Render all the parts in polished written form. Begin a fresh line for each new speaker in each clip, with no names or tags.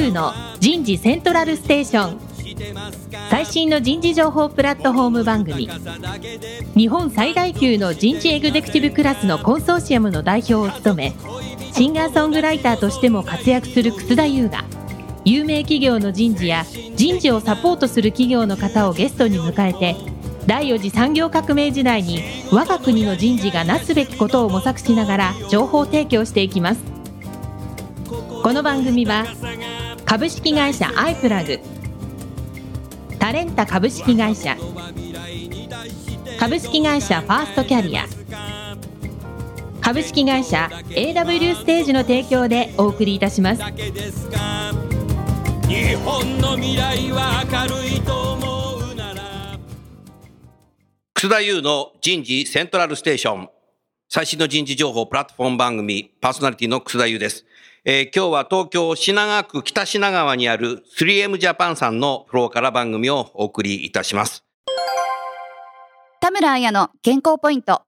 優の人事セントラルステーション、最新の人事情報プラットフォーム番組。日本最大級の人事エグゼクティブクラスのコンソーシアムの代表を務め、シンガーソングライターとしても活躍する楠田優が、有名企業の人事や人事をサポートする企業の方をゲストに迎えて、第4次産業革命時代に我が国の人事がなすべきことを模索しながら情報提供していきます。この番組は株式会社アイプラグ、タレンタ株式会社、株式会社ファーストキャリア、株式会社 AW ステージの提供でお送りいたします。
日本の未来は明るいと思うなら。
楠田優の人事セントラルステーション、最新の人事情報プラットフォーム番組、パーソナリティの楠田優です。今日は東京品川区北品川にある 3M ジャパンさんのフロアから番組をお送りいたします。
田村彩の健康ポイント。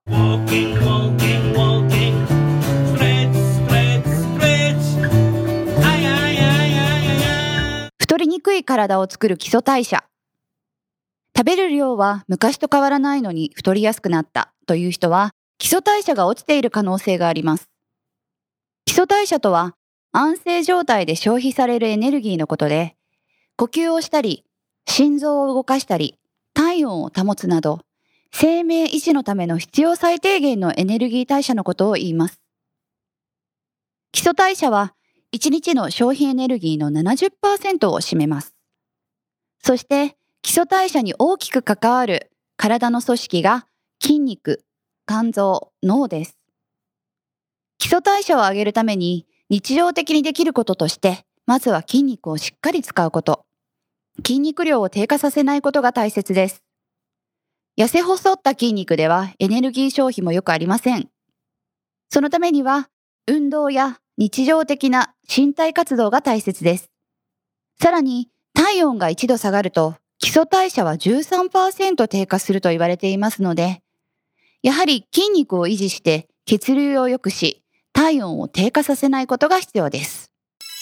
太りにくい体を作る基礎代謝。食べる量は昔と変わらないのに太りやすくなったという人は、基礎代謝が落ちている可能性があります。基礎代謝とは、安静状態で消費されるエネルギーのことで、呼吸をしたり、心臓を動かしたり、体温を保つなど、生命維持のための必要最低限のエネルギー代謝のことを言います。基礎代謝は、1日の消費エネルギーの 70% を占めます。そして、基礎代謝に大きく関わる体の組織が筋肉、肝臓、脳です。基礎代謝を上げるために日常的にできることとして、まずは筋肉をしっかり使うこと。筋肉量を低下させないことが大切です。痩せ細った筋肉ではエネルギー消費もよくありません。そのためには運動や日常的な身体活動が大切です。さらに体温が1度下がると基礎代謝は 13% 低下すると言われていますので、やはり筋肉を維持して血流を良くし、体温を低下させないことが必要です。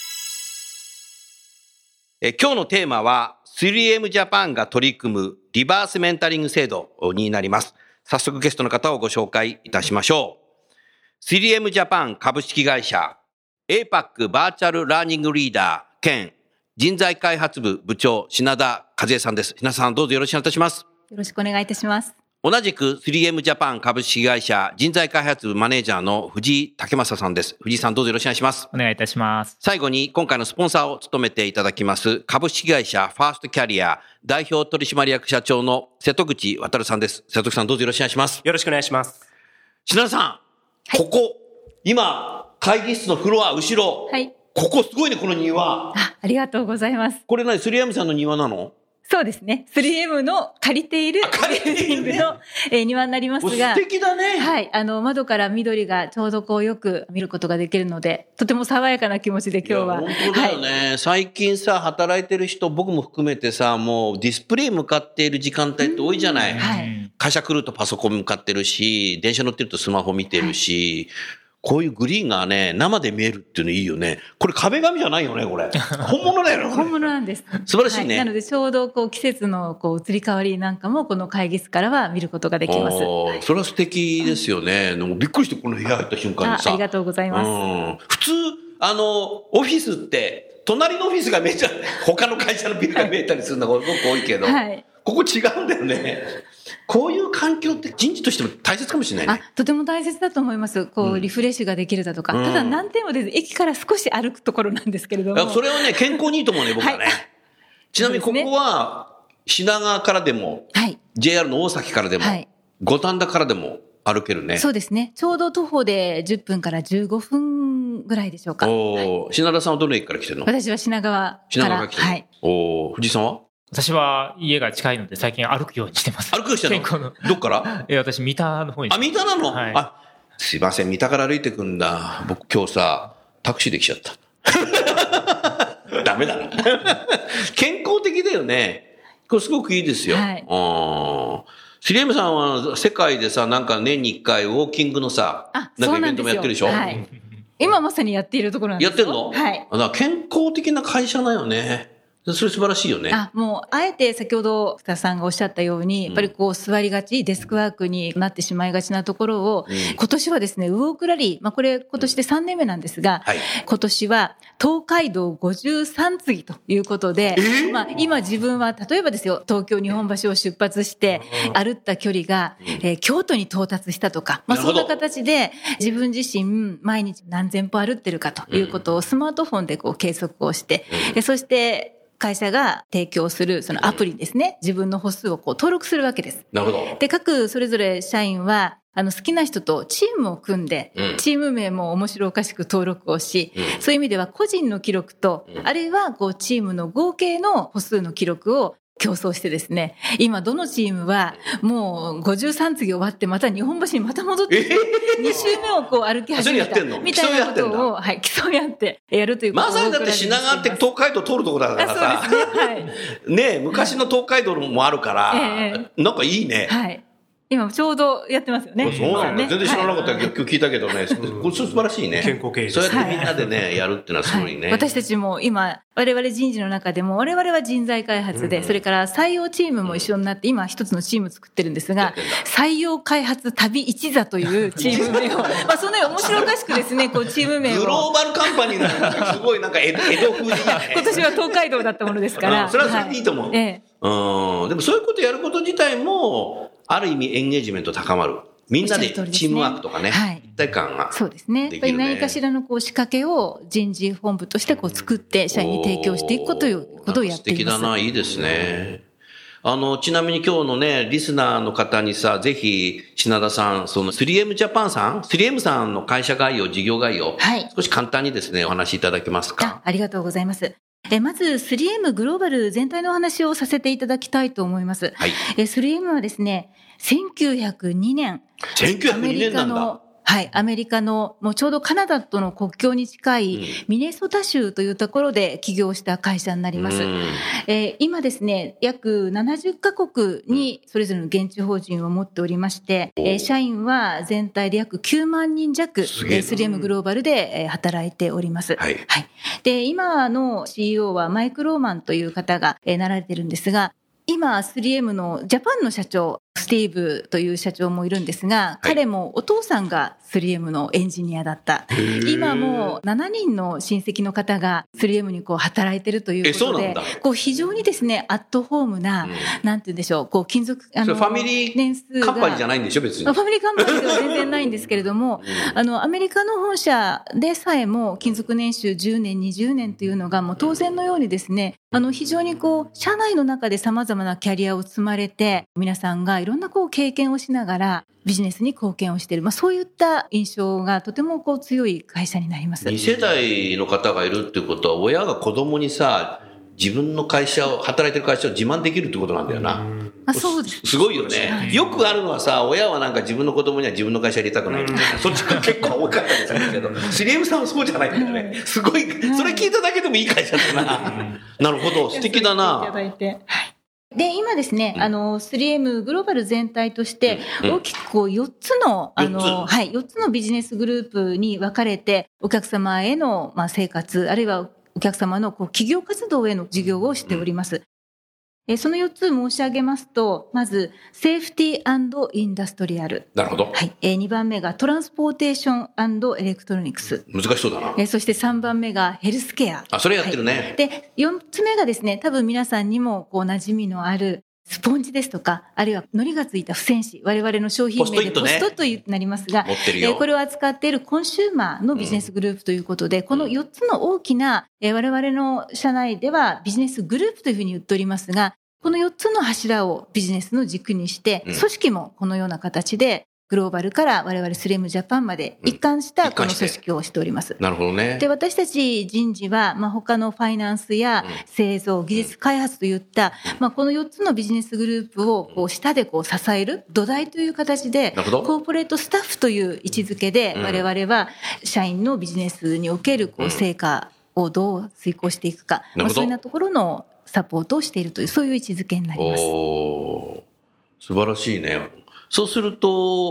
今日のテーマは 3M ジャパンが取り組むリバースメンタリング制度になります。早速ゲストの方をご紹介いたしましょう。3M ジャパン株式会社 APAC バーチャルラーニングリーダー兼人材開発部部長品田和恵さんです。品田さん、どうぞよろしくお願いいたします。
よろしくお願いいたします。
同じく 3M ジャパン株式会社人材開発部マネージャーの藤井武正さんです。藤井さん、どうぞよろしくお願いします。
お願いいたします。
最後に今回のスポンサーを務めていただきます株式会社ファーストキャリア代表取締役社長の瀬戸口渉さんです。瀬戸口さん、どうぞよろしくお願いします。
よろしくお願いします。
品田さん、はい、ここ今会議室のフロア後ろ、はい、ここすごいね、この庭。
ありがとうございます。
これ何、3M さんの庭なの？
そうですね。3M の借りているビルディングの庭になりますが。
素敵だね。
はい。窓から緑がちょうどこうよく見ることができるので、とても爽やかな気持ちで今日は。
本当だよね。はい、最近さ、働いてる人、僕も含めてさ、もうディスプレイ向かっている時間帯って多いじゃない。はい、会社来るとパソコン向かってるし、電車乗ってるとスマホ見てるし、こういうグリーンがね、生で見えるっていうのいいよね。これ壁紙じゃないよね、これ。本物だよね。
本物なんです。
素晴らしいね。
はい、なのでちょうどこう季節のこう移り変わりなんかもこの会議室からは見ることができます。
それは素敵ですよね。びっくりしてこの部屋入った瞬間にさ。
ありがとうございます。
普通、オフィスって、隣のオフィスが見えちゃう、他の会社のビルが見えたりするのがすごく多いけど、はい、ここ違うんだよね。こういう環境って人事としても大切かもしれないね。
とても大切だと思います。こう、リフレッシュができるだとか。ただ難点はですね、駅から少し歩くところなんですけれども。
それはね、健康にいいと思うね、僕はね。はい、ちなみにここは、品川からでも、はい、JR の大崎からでも、はい、五反田からでも歩けるね。
そうですね。ちょうど徒歩で10分から15分ぐらいでしょうか。
はい、品田さんはどの駅から来てるの？
私は品川から。
品川から来てる。はい。藤井さんは？
私は家が近いので最近歩くようにしてます。
歩くようにしてるの？どっから？
私、三田の方に。
三田なの？
はい。
すいません、三田から歩いてくんだ。僕今日さ、タクシーで来ちゃった。ダメだな。健康的だよね。これすごくいいですよ。はい。3M さんは世界でさ、なんか年に1回ウォーキングのさ、なんかイベントもやってるでしょ？はい。
今まさにやっているところなんですよ。
やってるの？
はい。
だから健康的な会社だよね。それ素晴らしいよね。
もう、あえて先ほど、スタさんがおっしゃったように、やっぱりこう、座りがち、デスクワークになってしまいがちなところを、今年はですね、ウォークラリー、これ今年で3年目なんですが、
はい、
今年は東海道53次ということで、今自分は、例えばですよ、東京日本橋を出発して、歩った距離が、京都に到達したとか、そんな形で、自分自身、毎日何千歩歩ってるかということをスマートフォンでこう計測をして、そして、会社が提供するそのアプリですね。自分の歩数をこう登録するわけです。
なるほど。
で、各それぞれ社員は、好きな人とチームを組んで、チーム名も面白おかしく登録をし、そういう意味では個人の記録と、あるいはこうチームの合計の歩数の記録を競争してですね、今どのチームはもう53次終わってまた日本橋にまた戻ってきて、2周目をこう歩き始めたみたいなことを、はい、競い合ってやるということを。
まさにだって品川って東海道通るところだからさ。
そうですね。はい。
ね、昔の東海道もあるから、なんかいいね。
はい。今ちょうどやってますよね。
そうなんだ。全然知らなかったけど、今日聞いたけどね、これ素晴らしいね。
健康経営。
そうやってみんなでね、やるってのはすごいね。
私たちも今、我々人事の中でも、我々は人材開発で、それから採用チームも一緒になって、今一つのチーム作ってるんですが、採用開発旅一座というチーム名を、そのように面白おかしくですね、こうチーム名を。
グローバルカンパニーなんかすごいなんか江戸風にね。
今年は東海道だったものですから。
それはそれでいいと思う。でもそういうことやること自体も、ある意味エンゲージメント高まる。みんなでチームワークとかね、一体感が。
そうですね。やっぱり何かしらのこう仕掛けを人事本部としてこう作って社員に提供していくことをやっています。
素敵だな、いいですね。ちなみに今日のね、リスナーの方にさ、ぜひ、品田さん、その 3M ジャパンさん、3M さんの会社概要、事業概要、少し簡単にですね、お話しいただけますか。
ありがとうございます。まず 3M グローバル全体のお話をさせていただきたいと思います。3M はですね、1902年。
1902年なんだ。
はい、アメリカのもうちょうどカナダとの国境に近いミネソタ州というところで起業した会社になります。今ですね、約70カ国にそれぞれの現地法人を持っておりまして、社員は全体で約9万人弱、3M グローバルで働いております。はい。で、今の CEO はマイク・ローマンという方がなられてるんですが、今 3M のジャパンの社長、スティーブという社長もいるんですが、彼もお父さんが 3M のエンジニアだった。今もう7人の親戚の方が 3M にこう働いてるということで、こう非常にですね、アットホームな、なんて言うんでしょう、こう金属、
ファミリーカンパニーじゃないんでしょ、別に。
ファミリーカンパニーでは全然ないんですけれども、アメリカの本社でさえも勤続年収10年、20年というのがもう当然のようにですね、非常にこう、社内の中で様々なキャリアを積まれて、皆さんがいろんなこう経験をしながらビジネスに貢献をしている。そういった印象がとてもこう強い会社になります。
2世代の方がいるっていうことは、親が子供にさ、自分の会社を、働いてる会社を自慢できるってことなんだよな。
そうです。
すごいよね。よくあるのはさ、親はなんか自分の子供には自分の会社入れたくないみたいな。そっちが結構多かったりするけど、3M さんはそうじゃないんだよね。すごい、それ聞いただけでもいい会社だな。なるほど、素敵だな。
いただいて。で、今ですね、3M グローバル全体として、大きくこう4つの、4つのビジネスグループに分かれて、お客様への生活、あるいはお客様の企業活動への事業をしております。その4つ申し上げますと、まず、セーフティー&インダストリアル。
なるほど。
はい。2番目がトランスポーテーション&エレクトロニクス。
難しそうだな。
そして3番目がヘルスケア。
それやってるね。
で、4つ目がですね、多分皆さんにもこう馴染みのある、スポンジですとか、あるいは糊がついた付箋紙、我々の商品名でポストとなりますが、これを扱っているコンシューマーのビジネスグループということで、この4つの大きな、我々の社内ではビジネスグループというふうに言っておりますが、この4つの柱をビジネスの軸にして、組織もこのような形で、グローバルから我々3Mジャパンまで一貫したこの組織をしております。
なるほどね。
で、私たち人事は、他のファイナンスや製造、技術開発といった、この4つのビジネスグループをこう下でこう支える土台という形で、コーポレートスタッフという位置づけで、我々は社員のビジネスにおけるこう成果をどう遂行していくか、そういうようなところのサポートをしているという、そういう位置づけになります。
素晴らしいね。そうすると、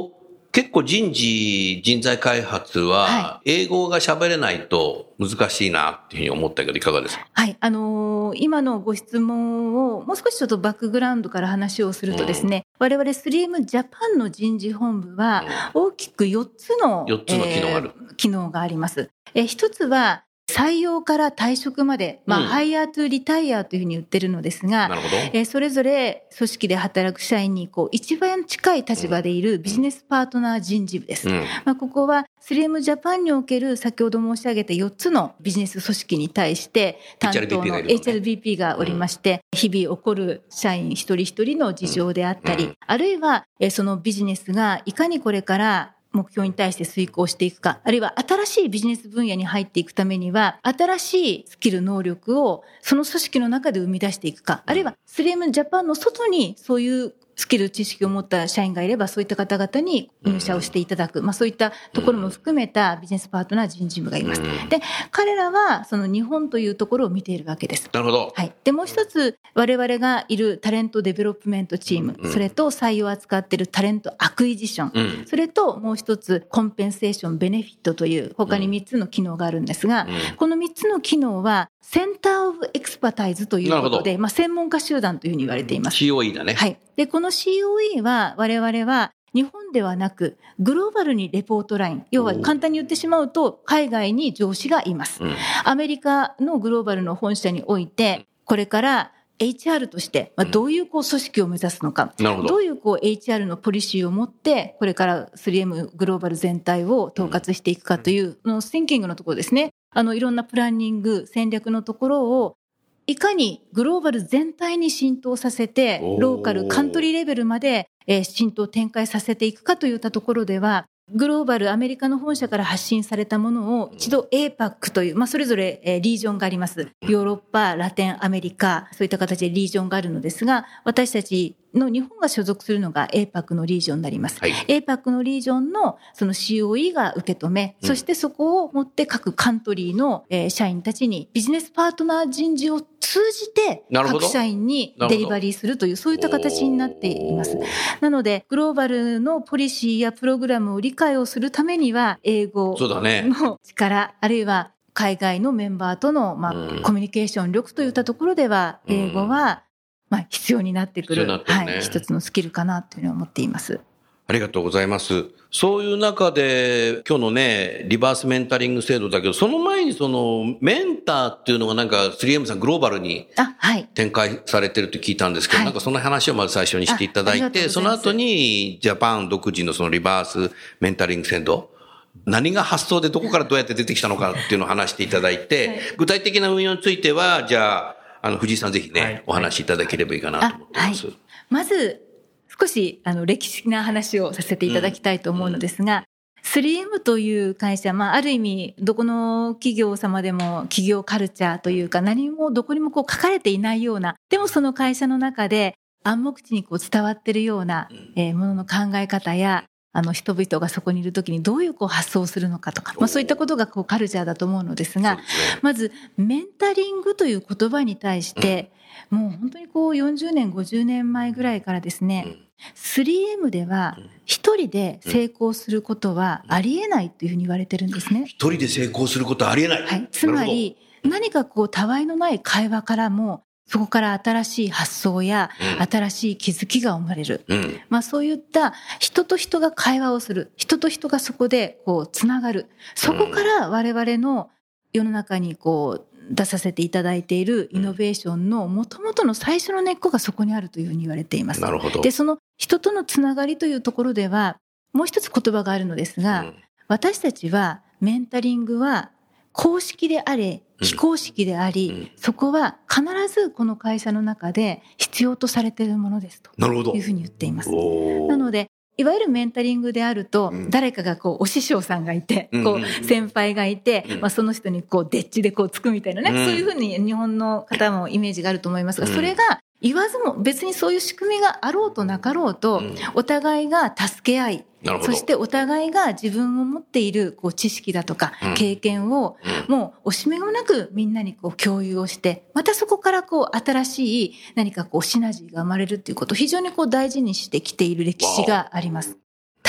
結構人材開発は、英語が喋れないと難しいなっていうふうに思ったけど、いかがですか？
はい。今のご質問をもう少しちょっとバックグラウンドから話をするとですね、我々 3M ジャパンの人事本部は大きく4つの
機能がある。
機能があります。一つは採用から退職まで、ハイヤートゥリタイアというふうに言ってるのですが、
なるほど。
それぞれ組織で働く社員に一番近い立場でいるビジネスパートナー人事部です。ここは 3M ジャパンにおける先ほど申し上げた4つのビジネス組織に対して担当の HRBP がおりまして、日々起こる社員一人一人の事情であったり、あるいはそのビジネスがいかにこれから目標に対して遂行していくか、あるいは新しいビジネス分野に入っていくためには、新しいスキル、能力をその組織の中で生み出していくか、あるいは 3M ジャパンの外にそういうスキル、知識を持った社員がいれば、そういった方々に入社をしていただく、そういったところも含めたビジネスパートナー人事部がいます。で、彼らはその日本というところを見ているわけです。
なるほど。
はい。で、もう一つ、我々がいるタレントデベロップメントチーム、それと採用を扱っているタレントアクイジション、それともう一つ、コンペンセーションベネフィットという他に3つの機能があるんですが、この3つの機能はセンターオブエクスパタイズということで、専門家集団というふうに言われています。
COE だね。
はい。で、この COE は我々は日本ではなくグローバルにレポートライン、要は簡単に言ってしまうと海外に上司がいます。アメリカのグローバルの本社において、これからHR としてどういう組織を目指すのか、どういうHR のポリシーを持ってこれから 3M グローバル全体を統括していくかというのシンキングのところですね。いろんなプランニング、戦略のところをいかにグローバル全体に浸透させて、ローカル、カントリーレベルまで浸透展開させていくかといったところでは、グローバル、アメリカの本社から発信されたものを一度 APAC という、それぞれリージョンがあります。ヨーロッパ、ラテンアメリカ、そういった形でリージョンがあるのですが、私たちの日本が所属するのが APAC のリージョンになります。APAC のリージョンのその COE が受け止め、そしてそこを持って各カントリーの社員たちにビジネスパートナー人事を通じて各社員にデリバリーするという、そういった形になっています。なので、グローバルのポリシーやプログラムを理解をするためには、英語の力、あるいは海外のメンバーとのコミュニケーション力といったところでは、英語は必要になってくる、一つのスキルかなというふうに思っています。
ありがとうございます。そういう中で、今日のね、リバースメンタリング制度だけど、その前にそのメンターっていうのがなんか 3M さんグローバルに展開されてるって聞いたんですけど、なんかその話をまず最初にしていただいて、その後にジャパン独自のそのリバースメンタリング制度、何が発想でどこからどうやって出てきたのかっていうのを話していただいて、具体的な運用については、じゃあ、藤井さんぜひね、お話しいただければいいかなと思っています。
まず、少し歴史な話をさせていただきたいと思うのですが、3M という会社、ある意味どこの企業様でも企業カルチャーというか、何もどこにも書かれていないような、でもその会社の中で暗黙知に伝わっているようなものの考え方や、人々がそこにいるときにどういう発想をするのかとか、そういったことがカルチャーだと思うのですが、まずメンタリングという言葉に対して、もう本当に40年50年前ぐらいからですね、3M では一人で成功することはありえないというふうに言われてるんですね。
一人で成功することはありえない。
はい。つまり何かたわいのない会話からも、そこから新しい発想や新しい気づきが生まれる。そういった人と人が会話をする。人と人がそこでつながる。そこから我々の世の中に出させていただいているイノベーションの元々の最初の根っこがそこにあるというふうに言われています。
なるほど。
で、その人とのつながりというところでは、もう一つ言葉があるのですが、私たちはメンタリングは公式であれ、非公式であり、そこは必ずこの会社の中で必要とされているものですというふうに言っています。なので、いわゆるメンタリングであると、誰かがお師匠さんがいて、先輩がいて、その人にでっちでつくみたいなね、そういうふうに日本の方もイメージがあると思いますが、それが言わずも別にそういう仕組みがあろうとなかろうと、お互いが助け合い、そしてお互いが自分を持っている知識だとか経験をもう惜しみもなくみんなに共有をして、またそこから新しい何かシナジーが生まれるっていうことを非常に大事にしてきている歴史があります。ただ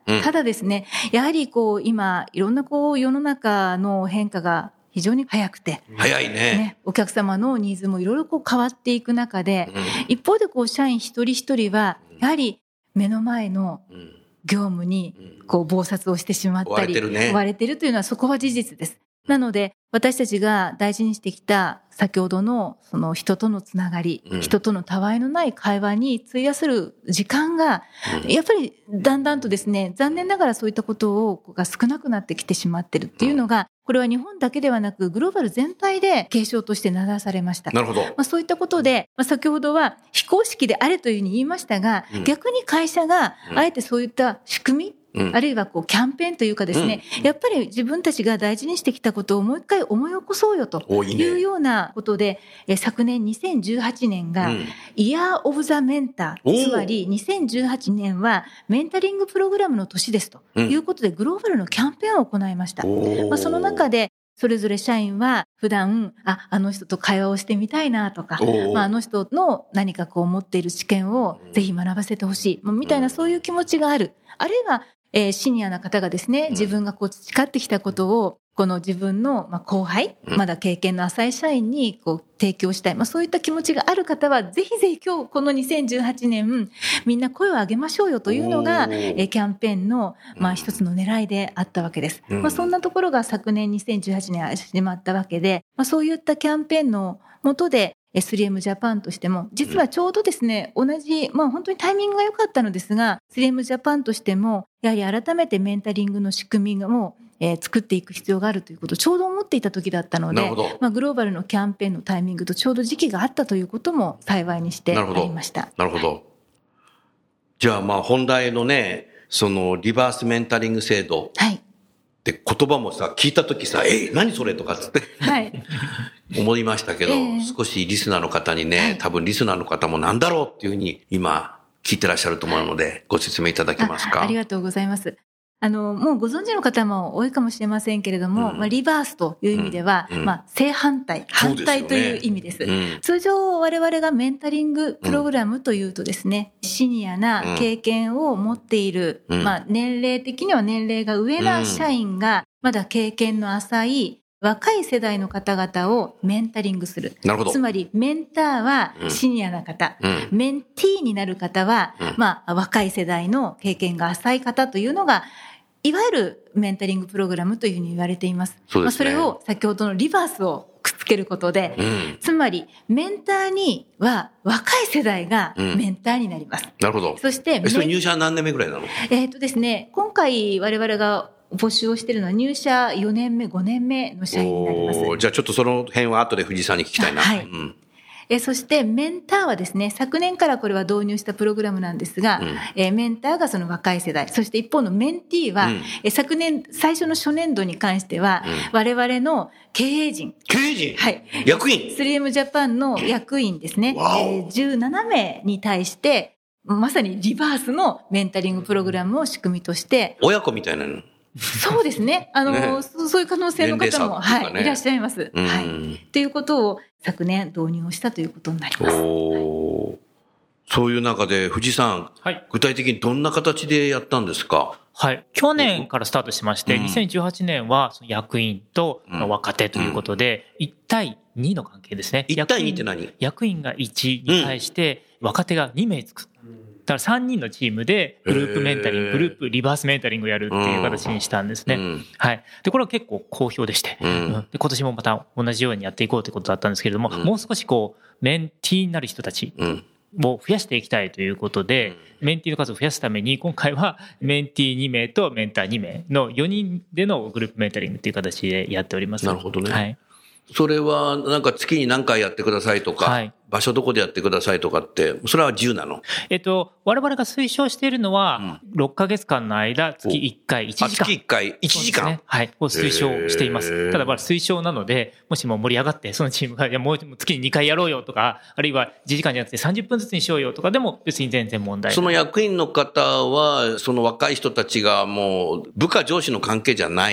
ただですね、やはり今、いろんな世の中の変化が非常に早くて。
早いね。
お客様のニーズもいろいろ変わっていく中で、一方で社員一人一人は、やはり目の前の業務に忙殺をしてしまったり、追われてるというのはそこは事実です。なので、私たちが大事にしてきた先ほどのその人とのつながり、人とのたわいのない会話に費やする時間が、やっぱりだんだんとですね、残念ながらそういったことが少なくなってきてしまっているっていうのが、これは日本だけではなくグローバル全体で警鐘として名指されました。
なるほど。
そういったことで、先ほどは非公式であれというふうに言いましたが、逆に会社があえてそういった仕組み、あるいはキャンペーンというかですね、やっぱり自分たちが大事にしてきたことをもう一回思い起こそうよというようなことで、昨年2018年がイヤーオブザメンター、つまり2018年はメンタリングプログラムの年ですということでグローバルのキャンペーンを行いました。その中でそれぞれ社員は普段、あの人と会話をしてみたいなとか、あの人の何か持っている知見をぜひ学ばせてほしい、みたいなそういう気持ちがある。あるいはシニアな方がですね、自分が培ってきたことを、この自分の後輩、まだ経験の浅い社員に提供したい。そういった気持ちがある方は、ぜひぜひ今日この2018年、みんな声を上げましょうよというのが、キャンペーンの一つの狙いであったわけです。そんなところが昨年2018年始まったわけで、そういったキャンペーンの下で、3M ジャパンとしても、実はちょうどですね、同じ、本当にタイミングが良かったのですが、3M ジャパンとしても、やはり改めてメンタリングの仕組みを作っていく必要があるということをちょうど思っていた時だったので、グローバルのキャンペーンのタイミングとちょうど時期があったということも幸いにしてありました。
なるほど。じゃあ本題のね、そのリバースメンタリング制度。はい。で、言葉も聞いたとき何それとかつって、はい、思いましたけど、少しリスナーの方にね、多分リスナーの方もなんだろうっていうふうに今聞いてらっしゃると思うので、ご説明いただけますか。
ありがとうございます。もうご存知の方も多いかもしれませんけれども、リバースという意味では、正反対、反対という意味です。通常我々がメンタリングプログラムというとですね、シニアな経験を持っている、年齢的には年齢が上な社員が、まだ経験の浅い若い世代の方々をメンタリングする。なるほど。つまりメンターはシニアな方、メンティーになる方は、若い世代の経験が浅い方というのが、いわゆるメンタリングプログラムというふうに言われています。そうですね。それを先ほどのリバースをくっつけることで、つまりメンターには若い世代がメンターになります。
なるほど。
そして
それ入社何年目ぐらいなの？
ですね、今回我々が募集をしているのは入社4年目、5年目の社員になります。
じゃあちょっとその辺は後で藤井さんに聞きたいな。はい。
そしてメンターはですね、昨年からこれは導入したプログラムなんですが、メンターがその若い世代、そして一方のメンティーは、昨年最初の初年度に関しては、我々の経営陣。
経営陣？
はい。
役員？
3M ジャパンの役員ですね。17名に対して、まさにリバースのメンタリングプログラムを仕組みとして。
親子みたいなの？
そうですね。そういう可能性の方も、いらっしゃいます。はい。ということを昨年導入をしたということになります。
そういう中で藤井さん、具体的にどんな形でやったんですか？
はい。去年からスタートしまして、2018年はその役員と若手ということで、1対2の関係ですね。
1対2って何？
役員が1に対して若手が2名つく。だから3人のチームでグループメンタリング、グループリバースメンタリングをやるっていう形にしたんですね。はい。で、これは結構好評でして、で今年もまた同じようにやっていこうということだったんですけれども、もう少しメンティーになる人たちを増やしていきたいということで、メンティーの数を増やすために、今回はメンティー2名とメンター2名の4人でのグループメンタリングという形でやっております。
なるほどね。
はい。
それは月に何回やってくださいとか、場所どこでやってくださいとかって、それは自由なの？
我々が推奨しているのは、6ヶ月間の間、月1回1時間。
月1回1時間、
はい。を推奨しています。ただ推奨なので、もしも盛り上がって、そのチームが、もう月に2回やろうよとか、あるいは1時間じゃなくて30分ずつにしようよとかでも別に全然問題ない。
その役員の方は、その若い人たちがもう部下上司の関係じゃない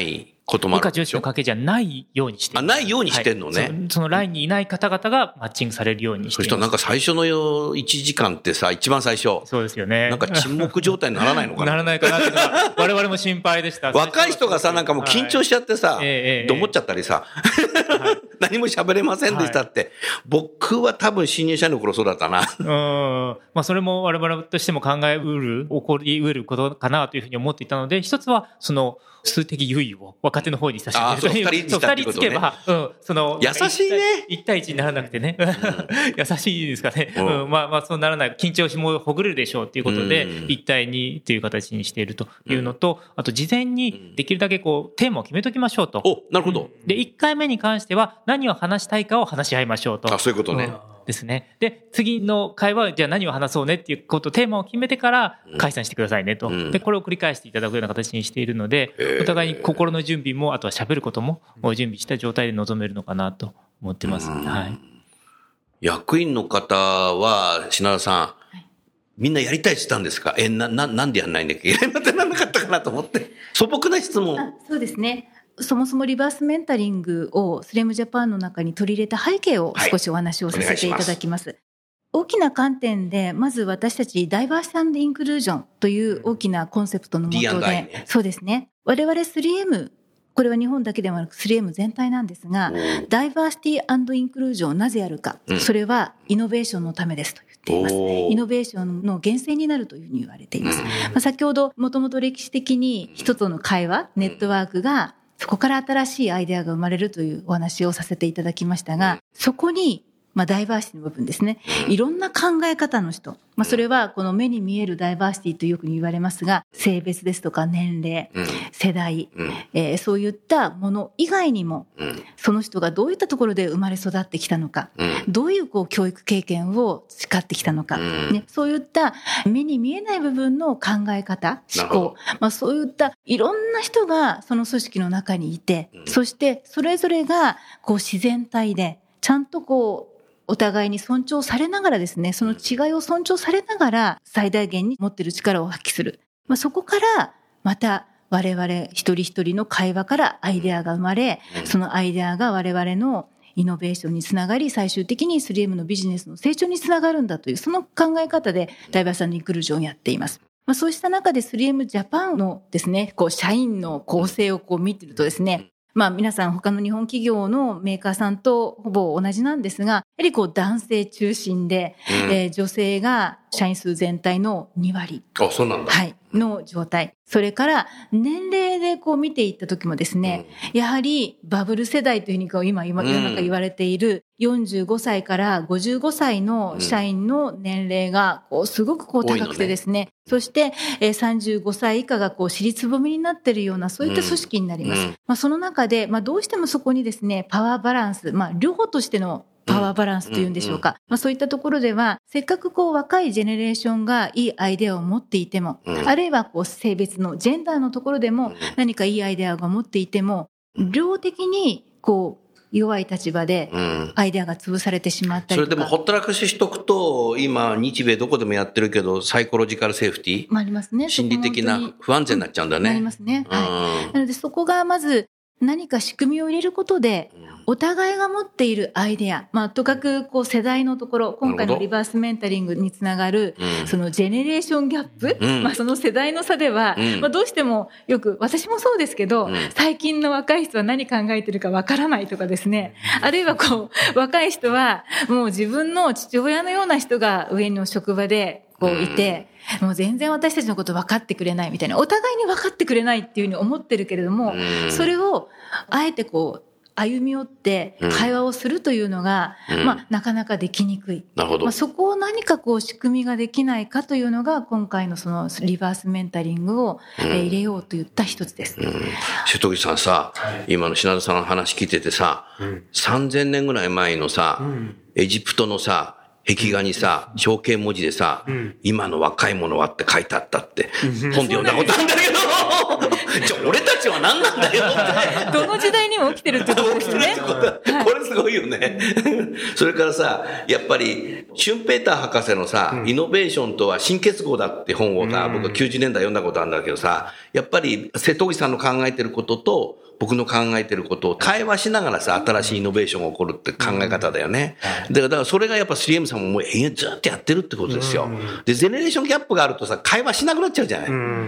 こともある
部下上司の関係じゃないようにして
あ、ないようにしてんのね。
はい、そのラインにいない方々がマッチングされるようにしています。
そしたらなんか最初の1時間ってさ、一番最初。
そうですよね。
なんか沈黙状態にならないのかな。
ならないかなっていうのは、我々も心配でした。
若い人がさ、なんかもう緊張しちゃってさ、と思っちゃったりさ、何も喋れませんでしたって。僕は多分新入社員の頃そうだったな。
まあそれも我々としても起こりうることかなというふうに思っていたので、一つはその数的優位を若手の方に差し上げるという。
二人
つけば、
優しいね。
1対1にならなくてね。優しいですかね。まあそうならない。緊張しもほぐれるでしょうということで、1対2という形にしているというのと、あと事前にできるだけこう、テーマを決めときましょうと。
なるほど。
で、1回目に関しては何を話したいかを話し合いましょうと。
そういうことね。
ですね。で、次の会話、じゃあ何を話そうねっていうこと、テーマを決めてから解散してくださいねと。で、これを繰り返していただくような形にしているので、お互いに心の準備も、あとは喋ることも準備した状態で臨めるのかなと思ってます。はい。
役員の方は、品田さん、みんなやりたいって言ったんですか？なんでやんないんだっけ？なんでなんなかったかなと思って。素朴な質問。
そうですね。そもそもリバースメンタリングを3Mジャパンの中に取り入れた背景を少しお話をさせていただきます。大きな観点で、まず私たちダイバーシティ&インクルージョンという大きなコンセプトのもとで、そうですね。我々 3M、これは日本だけではなく 3M 全体なんですが、ダイバーシティ&インクルージョンをなぜやるか、それはイノベーションのためですと言っています。イノベーションの源泉になるというふうに言われています。先ほどもともと歴史的に人との会話、ネットワークがそこから新しいアイデアが生まれるというお話をさせていただきましたが、そこにダイバーシティの部分ですね。いろんな考え方の人。それはこの目に見えるダイバーシティとよく言われますが、性別ですとか年齢、世代、そういったもの以外にも、その人がどういったところで生まれ育ってきたのか、どういう教育経験を培ってきたのか、そういった目に見えない部分の考え方、思考、そういったいろんな人がその組織の中にいて、そしてそれぞれが自然体で、ちゃんとお互いに尊重されながらですね、その違いを尊重されながら最大限に持っている力を発揮する。そこからまた我々一人一人の会話からアイデアが生まれ、そのアイデアが我々のイノベーションにつながり、最終的に 3M のビジネスの成長につながるんだという、その考え方でダイバーシティ&インクルージョンをやっています。そうした中で 3M ジャパンのですね、社員の構成を見ているとですね、皆さん他の日本企業のメーカーさんとほぼ同じなんですが、やはり男性中心で、女性が社員数全体の2割。
そうなんだ。
はい。の状態。それから年齢で見ていった時もですね、やはりバブル世代というふうに今世の中言われている45歳から55歳の社員の年齢がすごく高くてですね、そして35歳以下が尻つぼみになっているようなそういった組織になります。その中でどうしてもそこにですね、パワーバランス、両方としてのパワーバランスというんでしょうか。そういったところでは、せっかく若いジェネレーションがいいアイデアを持っていても、あるいは性別のジェンダーのところでも何かいいアイデアが持っていても、量的に弱い立場でアイデアが潰されてしまったりとか。
それでもほったらかししとくと、今日米どこでもやってるけど、サイコロジカルセーフティー、
ありますね。
心理的な不安全になっちゃうんだね。
ありますね。はい。なのでそこがまず何か仕組みを入れることで、お互いが持っているアイデア、とかく世代のところ、今回のリバースメンタリングにつながる、そのジェネレーションギャップ、その世代の差では、どうしてもよく、私もそうですけど、最近の若い人は何考えてるかわからないとかですね、あるいは若い人は、もう自分の父親のような人が上の職場で、いて、もう全然私たちのこと分かってくれないみたいな、お互いに分かってくれないっていうふうに思ってるけれども、それをあえて歩み寄って会話をするというのが、なかなかできにくい。
なるほど。
そこを何か仕組みができないかというのが、今回のそのリバースメンタリングを入れようといった一つです。
瀬戸口さんさ、今の品田さんの話聞いててさ、3000年ぐらい前のさ、エジプトのさ、壁画にさ、象形文字でさ、今の若い者はって書いてあったって、本で読んだことあるんだけど、俺たちは何なんだよ
って。どの時代にも起きてるってことですよね。
これすごいよね。それからさ、やっぱり、シュンペーター博士のさ、イノベーションとは新結合だって本をさ、僕は90年代読んだことあるんだけどさ、やっぱり瀬戸口さんの考えてることと、 僕の考えてることを会話しながらさ、新しいイノベーションが起こるって考え方だよね。だからそれがやっぱ 3M さんももうずっとやってるってことですよ。で、ゼネレーションギャップがあるとさ、会話しなくなっちゃうじゃない。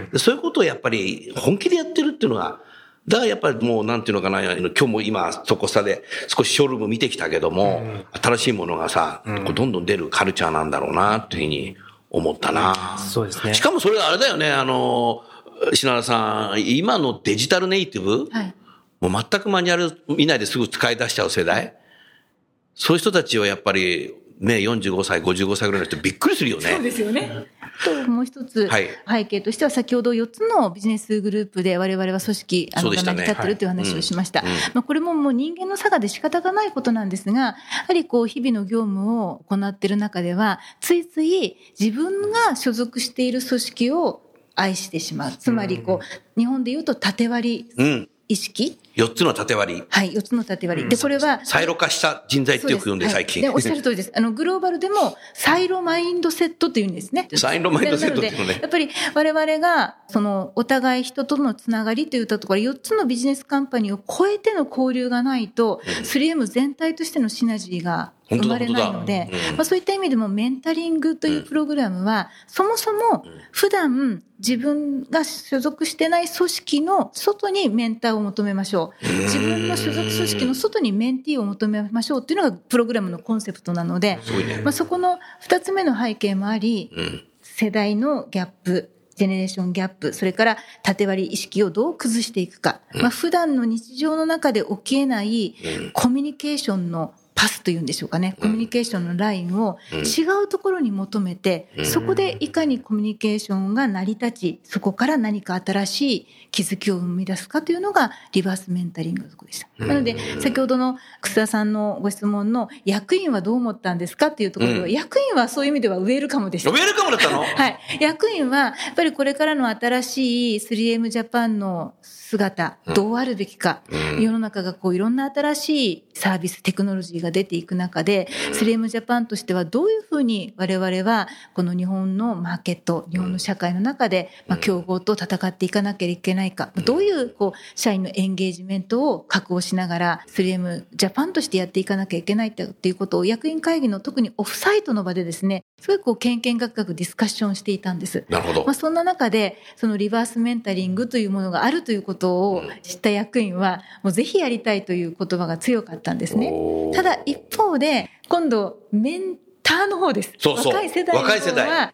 でそういうことをやっぱり本気でやってるっていうのが、だからやっぱりもうなんていうのかな、今日も今そこさで少しショールーム見てきたけども、新しいものがさ、こうどんどん出るカルチャーなんだろうなっていうふうに思ったな。
そうですね。
しかもそれがあれだよね、篠原さん、今のデジタルネイティブ、はい、もう全くマニュアル見ないですぐ使い出しちゃう世代、そういう人たちはやっぱりね、45歳、55歳ぐらいの人びっくりするよね。
そうですよね。ともう一つ、背景としては先ほど4つのビジネスグループで我々は組織が成り立っているという話をしました。これももう人間の差がで仕方がないことなんですが、やはりこう日々の業務を行っている中ではついつい自分が所属している組織を愛してしまう。つまりこう日本でいうと縦割り意識、
4つの縦割り。
はい、4つの縦割り。で、これは。
サイロ化した人材ってよく呼んで、最近。
で、おっしゃる通りです。グローバルでも、サイロマインドセットっていうんですね。
サイロマインドセットっていうのね。
やっぱり、我々が、お互い人とのつながりといったところ、4つのビジネスカンパニーを超えての交流がないと、3M 全体としてのシナジーが生まれないので、そういった意味でもメンタリングというプログラムは、そもそも普段自分が所属してない組織の外にメンターを求めましょう。自分の所属組織の外にメンティーを求めましょうっていうのがプログラムのコンセプトなので、そこの2つ目の背景もあり、世代のギャップ、ジェネレーションギャップ、それから縦割り意識をどう崩していくか、普段の日常の中で起きえないコミュニケーションのパスというんでしょうかね、コミュニケーションのラインを違うところに求めて、そこでいかにコミュニケーションが成り立ち、そこから何か新しい気づきを生み出すかというのがリバースメンタリングのところでした。なので、先ほどの楠田さんのご質問の役員はどう思ったんですかっていうところでは、役員はそういう意味ではウェルカムでした。
ウェルカムだったの？
はい。役員は、やっぱりこれからの新しい 3M ジャパンの姿、どうあるべきか、世の中がこういろんな新しいサービス、テクノロジーが出ていく中で、3M ジャパンとしてはどういうふうに我々はこの日本のマーケット、日本の社会の中で、競合と戦っていかなきゃいけないか、どういうこう社員のエンゲージメントを確保しながら 3M ジャパンとしてやっていかなきゃいけないっていうことを役員会議の特にオフサイトの場でですね、すごいこうけんけんがくがくディスカッションしていたんです。
なるほど。
そんな中でそのリバースメンタリングというものがあるということを知った役員はもうぜひやりたいという言葉が強かったんですね。ただ一方で今度メンターの方です。
そうそう、
若い世代の方は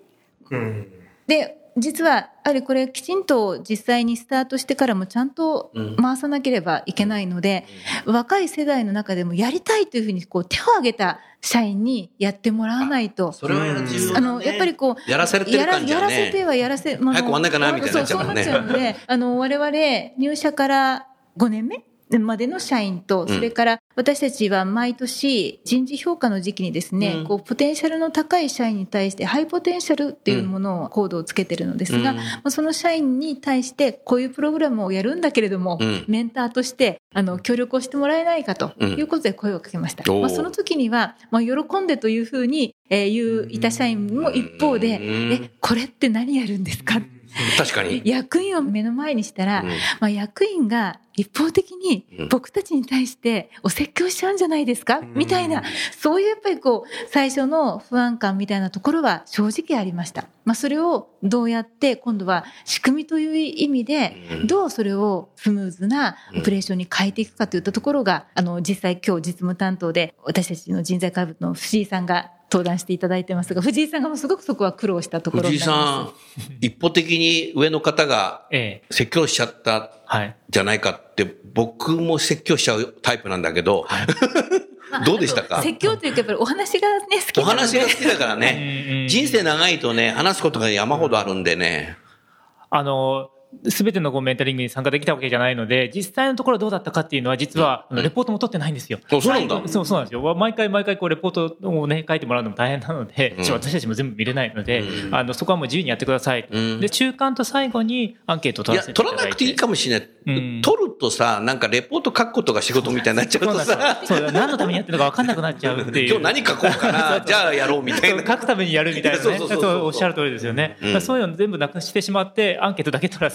で実はやはりこれきちんと実際にスタートしてからもちゃんと回さなければいけないので、若い世代の中でもやりたいというふうにこう手を挙げた社員にやってもらわないと、
それは重要、
やっぱりこう
やらされてる感じはね、
やらせてはやらせ、
早く終わんないかなみたいになっちゃうもんね。
そうなっちゃうので、我々入社から5年目までの社員と、それから私たちは毎年人事評価の時期にですね、こうポテンシャルの高い社員に対してハイポテンシャルっていうものをコードをつけてるのですが、その社員に対してこういうプログラムをやるんだけれども、メンターとして協力をしてもらえないかということで声をかけました。その時には、喜んでというふうに言いた社員も一方で、これって何やるんですか？
確かに
役員を目の前にしたら、役員が一方的に僕たちに対してお説教しちゃうんじゃないですか、みたいな、そういうやっぱりこう最初の不安感みたいなところは正直ありました。それをどうやって今度は仕組みという意味でどうそれをスムーズなオペレーションに変えていくかといったところが、実際今日実務担当で私たちの人材開発の藤井さんが登壇していただいてますが、藤井さんがもうすごくそこは苦労したところになります。
藤井さん、一方的に上の方が説教しちゃったじゃないかって、僕も説教しちゃうタイプなんだけど、どうでしたか？
説教というかやっぱりお話がね好きなので。
お話が好きだからね、人生長いとね、話すことが山ほどあるんでね。
すべてのメンタリングに参加できたわけじゃないので、実際のところどうだったかっていうのは実はレポートも取ってないんですよ。
そうなんだ。
そうなんですよ。毎回こうレポートをね書いてもらうのも大変なので、私たちも全部見れないので、そこはもう自由にやってください。で中間と最後にアンケートを取らせていただいて。
取らなくていいかもしれない。取るとさ、なんかレポート書くことが仕事みたいになっちゃうとさ、
そう何のためにやってるのか分かんなくなっちゃうっていう。
今日何書こうかな、じゃあやろうみたいな。
書くためにやるみたいなね。そうおっしゃる通りですよね。そういうの全部なくしてしまってアンケートだけ取らせ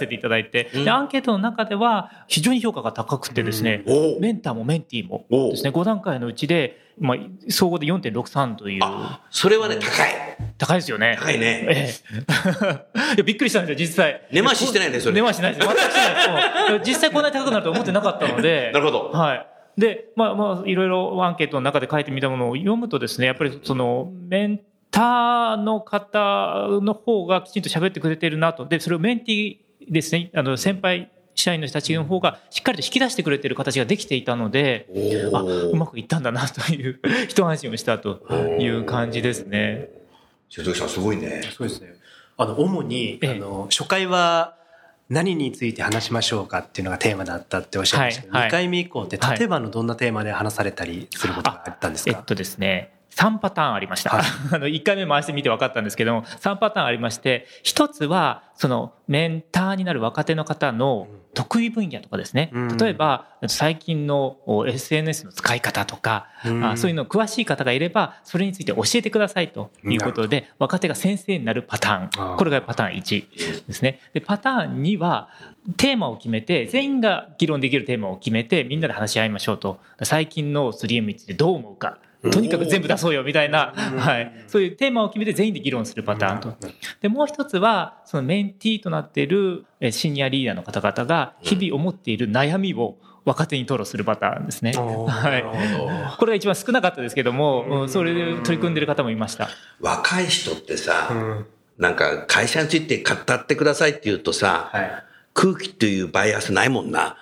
せていただいて、でアンケートの中では非常に評価が高くてですね、メンターもメンティーもですね、5段階のうちで、総合で 4.63 という。
それはね、
高いですよね。
高いね。
いやびっくりしたんですよ、実際。
根回ししてないね、それ。
根回しないです。全くしてないです。実際こんなに高くなると思ってなかったので。
なるほど。
はい。で、いろいろアンケートの中で書いてみたものを読むとですね、やっぱりその、メンターの方の方がきちんと喋ってくれてるなと。で、それをメンティーですね、先輩社員の人たちの方がしっかりと引き出してくれてる形ができていたので、うまくいったんだなという、一安心をしたという感じですね。
瀬戸口さんすごいね。
そうですね。主に、初回は、何について話しましょうかっていうのがテーマだったっておっしゃいましたけど、2回目以降って例えばどんなテーマで話されたりすることがあったんですか？
ですね、3パターンありました。1回目回してみて分かったんですけども、3パターンありまして、一つは、そのメンターになる若手の方の得意分野とかですね。例えば、最近の SNS の使い方とか、そういうの詳しい方がいれば、それについて教えてくださいということで、若手が先生になるパターン。これがパターン1ですね。で、パターン2は、テーマを決めて、全員が議論できるテーマを決めて、みんなで話し合いましょうと。最近の 3M についてどう思うか。とにかく全部出そうよみたいな、はい、そういうテーマを決めて全員で議論するパターンと。で、もう一つは、そのメンティーとなっているシニアリーダーの方々が日々思っている悩みを若手に吐露するパターンですね。はい。これが一番少なかったですけども、それで取り組んでる方もいました。
若い人ってさ、なんか会社について語ってくださいって言うとさ、空気というバイアスないもんな。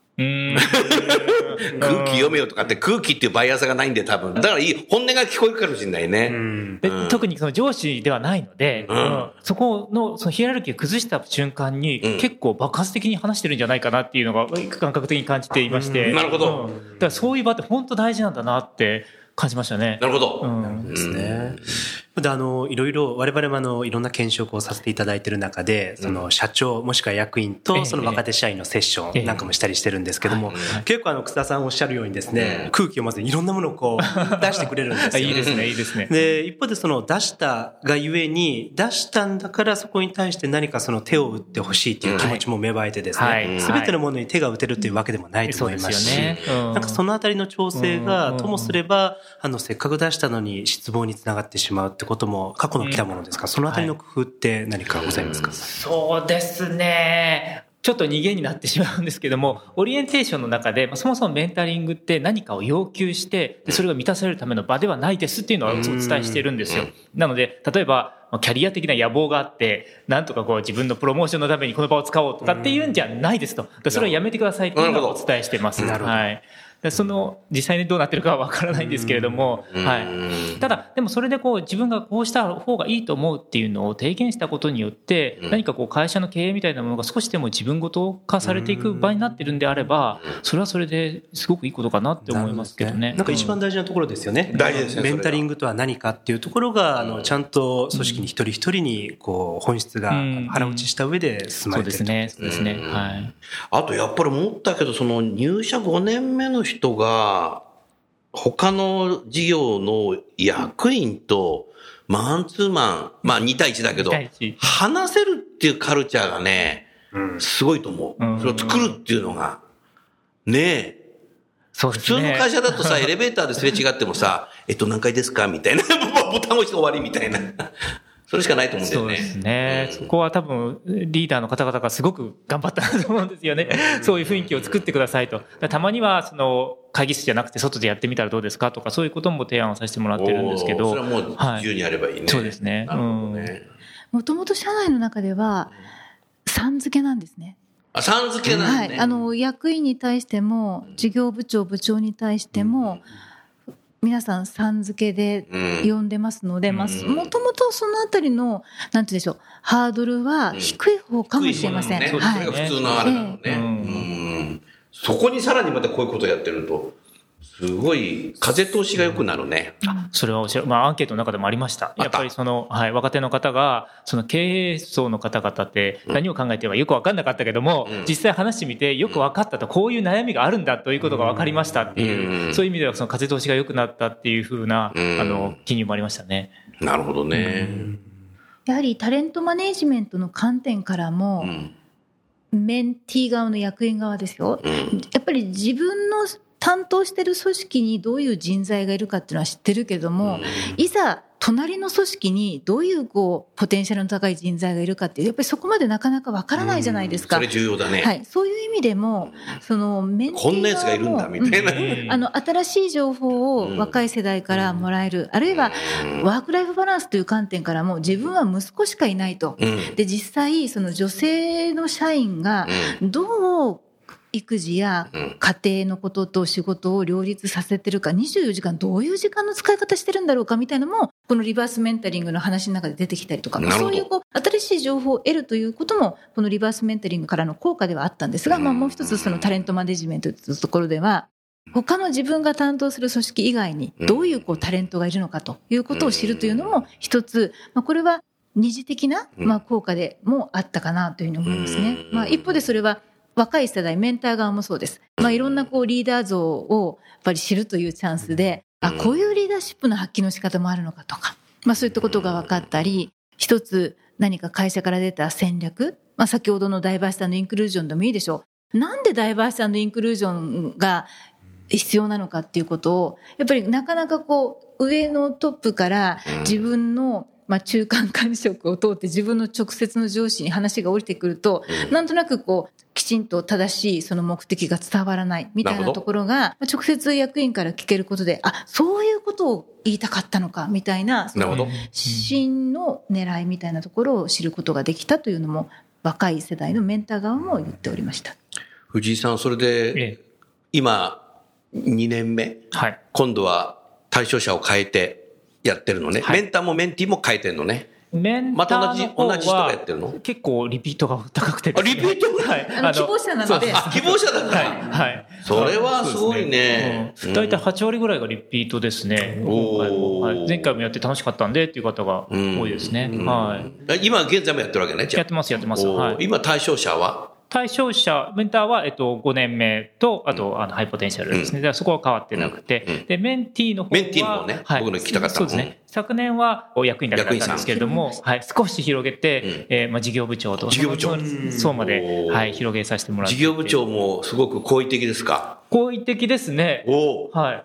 空気読めよとかって空気っていうバイアスがないんで多分。だから本音が聞こえるかもしれないね。
で特にその上司ではないので、そこのそのヒエラルキーを崩した瞬間に結構爆発的に話してるんじゃないかなっていうのが感覚的に感じていまして。
なるほど。
だからそういう場って本当大事なんだなって感じましたね。
なるほど。
なるほどですね。で、いろいろ我々もいろんな検証をさせていただいている中で、その社長もしくは役員とその若手社員のセッションなんかもしたりしてるんですけども、結構楠田さんおっしゃるようにですね、空気をまずいろんなものをこう出してくれるんですよ。
いいですね、いいですね。
で、一方でその出したがゆえに、出したんだからそこに対して何かその手を打ってほしいっていう気持ちも芽生えてですね、すべてのものに手が打てるっていうわけでもないと思いますし、なんかそのあたりの調整がともすれば、せっかく出したのに失望につながってしまうってことも過去の来たものですか？そのあたりの工夫って何かございますか？
そうですね。ちょっと逃げになってしまうんですけども、オリエンテーションの中で、そもそもメンタリングって何かを要求して、それが満たされるための場ではないですっていうのはお伝えしているんですよ。なので、例えば、キャリア的な野望があって、なんとかこう自分のプロモーションのためにこの場を使おうとかっていうんじゃないですと。それはやめてくださいっていうのをお伝えしてます。はい。その実際にどうなってるかはわからないんですけれども、はい。ただでもそれでこう自分がこうした方がいいと思うっていうのを提言したことによって、何かこう会社の経営みたいなものが少しでも自分ごと化されていく場になってるんであれば、それはそれですごくいいことかなって思いますけどね。
なんか一番大事なところですよね。
大事ですね。
メンタリングとは何かっていうところがちゃんと組織に一人一人にこう本質が腹落ちした上で進まれてる。
そうですね。そうですね。はい。
あとやっぱり思ったけど、その入社5年目の人が他の事業の役員とマンツーマン、2対1だけど、話せるっていうカルチャーがね、すごいと思う。それを作るっていうのが。ねえ。
そうですね。
普通の会社だとさ、エレベーターですれ違ってもさ、何階ですかみたいな。ボタン押して終わりみたいな。それしかないと思うんだよね。
そうですね。そこは多分リーダーの方々がすごく頑張ったなと思うんですよね。そういう雰囲気を作ってくださいと。たまにはその会議室じゃなくて外でやってみたらどうですかとか、そういうことも提案をさせてもらってるんですけど。
それはもう自由にやればいいね。
そうですね。
もともと社内の中ではさん付けなんですね。
さん付けなんですね。
はい。役員に対しても事業部長部長に対しても、皆さんさん付けで呼んでますので、もともとそのあたりの、なんていうんでしょう、ハードルは低い方かもしれません。
それが普通のあれなのね。そこにさらにまたこういうことをやってると、すごい風通しが良くなるね。
それはアンケートの中でもありました。やっぱり若手の方が、その経営層の方々って何を考えてるかよく分かんなかったけども、実際話してみてよく分かったと、こういう悩みがあるんだということが分かりましたっていう、そういう意味ではその風通しが良くなったっていう風な、記入もありましたね。
なるほどね。
やはりタレントマネジメントの観点からも、 メンティー側の役員側ですよ。やっぱり自分の担当している組織にどういう人材がいるかっていうのは知ってるけれども、いざ隣の組織にどういうポテンシャルの高い人材がいるかってやっぱりそこまでなかなかわからないじゃないですか。
それ重要だね。
はい、そういう意味でもそのメンティー側も
こんなやつがいるんだみたいな、
新しい情報を若い世代からもらえる、あるいはワークライフバランスという観点からも自分は息子しかいないと、で実際その女性の社員がどう育児や家庭のことと仕事を両立させてるか、24時間どういう時間の使い方してるんだろうかみたいなのもこのリバースメンタリングの話の中で出てきたりとか、そういう新しい情報を得るということもこのリバースメンタリングからの効果ではあったんですが、もう一つそのタレントマネジメントというところでは他の自分が担当する組織以外にどういうタレントがいるのかということを知るというのも一つ、これは二次的な効果でもあったかなというふうに思いますね。一方でそれは若い世代メンター側もそうです。いろんなリーダー像をやっぱり知るというチャンスで、こういうリーダーシップの発揮の仕方もあるのかとか、そういったことが分かったり、一つ何か会社から出た戦略、先ほどのダイバーシティ&インクルージョンでもいいでしょう。なんでダイバーシティ&インクルージョンが必要なのかっていうことをやっぱりなかなか上のトップから自分の中間管理職を通って自分の直接の上司に話が降りてくると、なんとなくきちんと正しいその目的が伝わらないみたいなところが直接役員から聞けることで、そういうことを言いたかったのかみたいな、その真の狙いみたいなところを知ることができたというのも若い世代のメンター側も言っておりました。
藤井さん、それで今2年目、今度は対象者を変えてやってるのね。メンターもメンティーも変えてるのね。
メンターの方は
同じ人がやってるの？
結構リピートが高くてですね。
リピート？
はい。希望者なので。
希望者だから。
はい。
それはすごいね。
だいたい8割ぐらいがリピートですね。今回も。前回もやって楽しかったんでっていう方が多いですね。はい。
今現在もやってるわけね。
やってます。
今対象者は？
対象者、メンターは、5年目と、あと、ハイポテンシャルですね。そこは変わってなくて。で、メンティーの方は、
メンティーもね、僕の聞きたかった
そうですね。昨年は役員だけだったんですけれども、少し広げて、事業部長と、
事業部長
そうまで、広げさせてもらって。
事業部長もすごく好意的ですか？
好意的ですね。はい。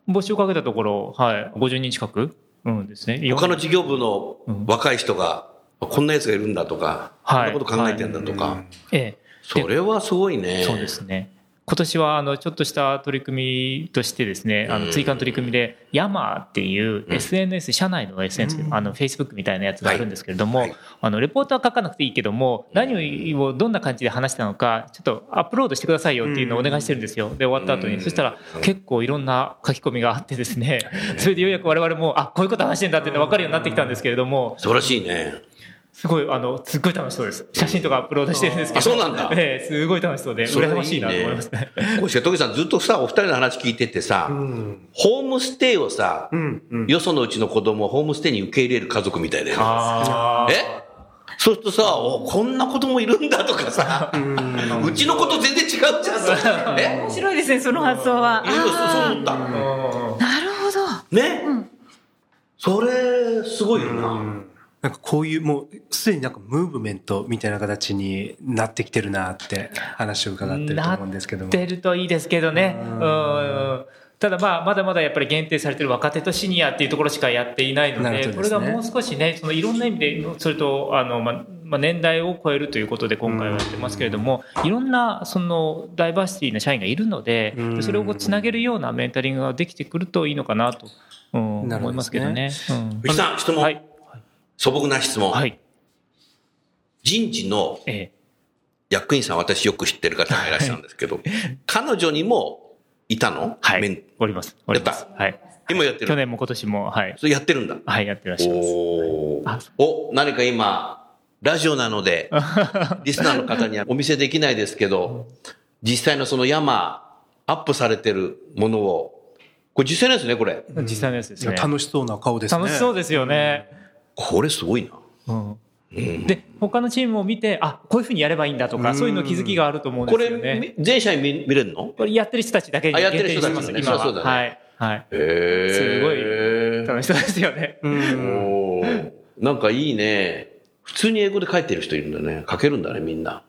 募集かけたところ、50人近くですね。
他の事業部の若い人が、こんな奴がいるんだとか、こんなこと考えてんだとか。それはすごいね。
そうですね。今年はちょっとした取り組みとしてですね、追加の取り組みでヤマーっていう SNS、社内の SNS、Facebook みたいなやつがあるんですけれども、レポートは書かなくていいけども、何をどんな感じで話したのかちょっとアップロードしてくださいよっていうのをお願いしてるんですよ。で終わった後に、そしたら結構いろんな書き込みがあってですね、それでようやく我々もこういうこと話してんだっていうのが分かるようになってきたんですけれども、
素晴らしいね。
すごいすっごい楽しそうです。写真とかアップロードしてるんですけど。
そうなんだ。
すごい楽しそうで羨ましいなと思いますね。
これ瀬戸口さんずっとさ、お二人の話聞いててさ、ホームステイをさ、よそのうちの子供をホームステイに受け入れる家族みたいだよね。そうするとさ、こんな子供いるんだとかさ、うちの子と全然違うじゃん。
面白いですね、その発想は。
そう思った。
なるほど。
ね。それすごいよな。
なんかこういうもうすでになんかムーブメントみたいな形になってきてるなって話を伺ってると思うんですけども。
なってるといいですけどね。ただまだまだやっぱり限定されてる若手とシニアっていうところしかやっていないので、これがもう少しね、そのいろんな意味で、それと年代を超えるということで今回はやってますけれども、いろんなそのダイバーシティな社員がいるので、それをつなげるようなメンタリングができてくるといいのかなと思いますけどね。
藤さん、質問。素朴な質問。人事の役員さん、私よく知ってる方がいらっしゃるんですけど、彼女にもいたの？
おります。
やった。今やってる。
去年も今年も、
それやってるんだ。
やってらっしゃいます。
何か今、ラジオなので、リスナーの方にはお見せできないですけど、実際のその山、アップされてるものを、これ実際のやつね、これ。
実際のやつですね。
楽しそうな顔ですね。
楽しそうですよね。
これすごい
な。で、他のチームを見て、こういうふうにやればいいんだとか、そういうの気づきがあると思うんですよね。
これ、全社員見れるの？
これやってる人たちだけに限定してます、今は。そうだね。すごい楽しそうですよね。
なんかいいね。普通に英語で書いてる人いるんだね。書けるんだね、みんな。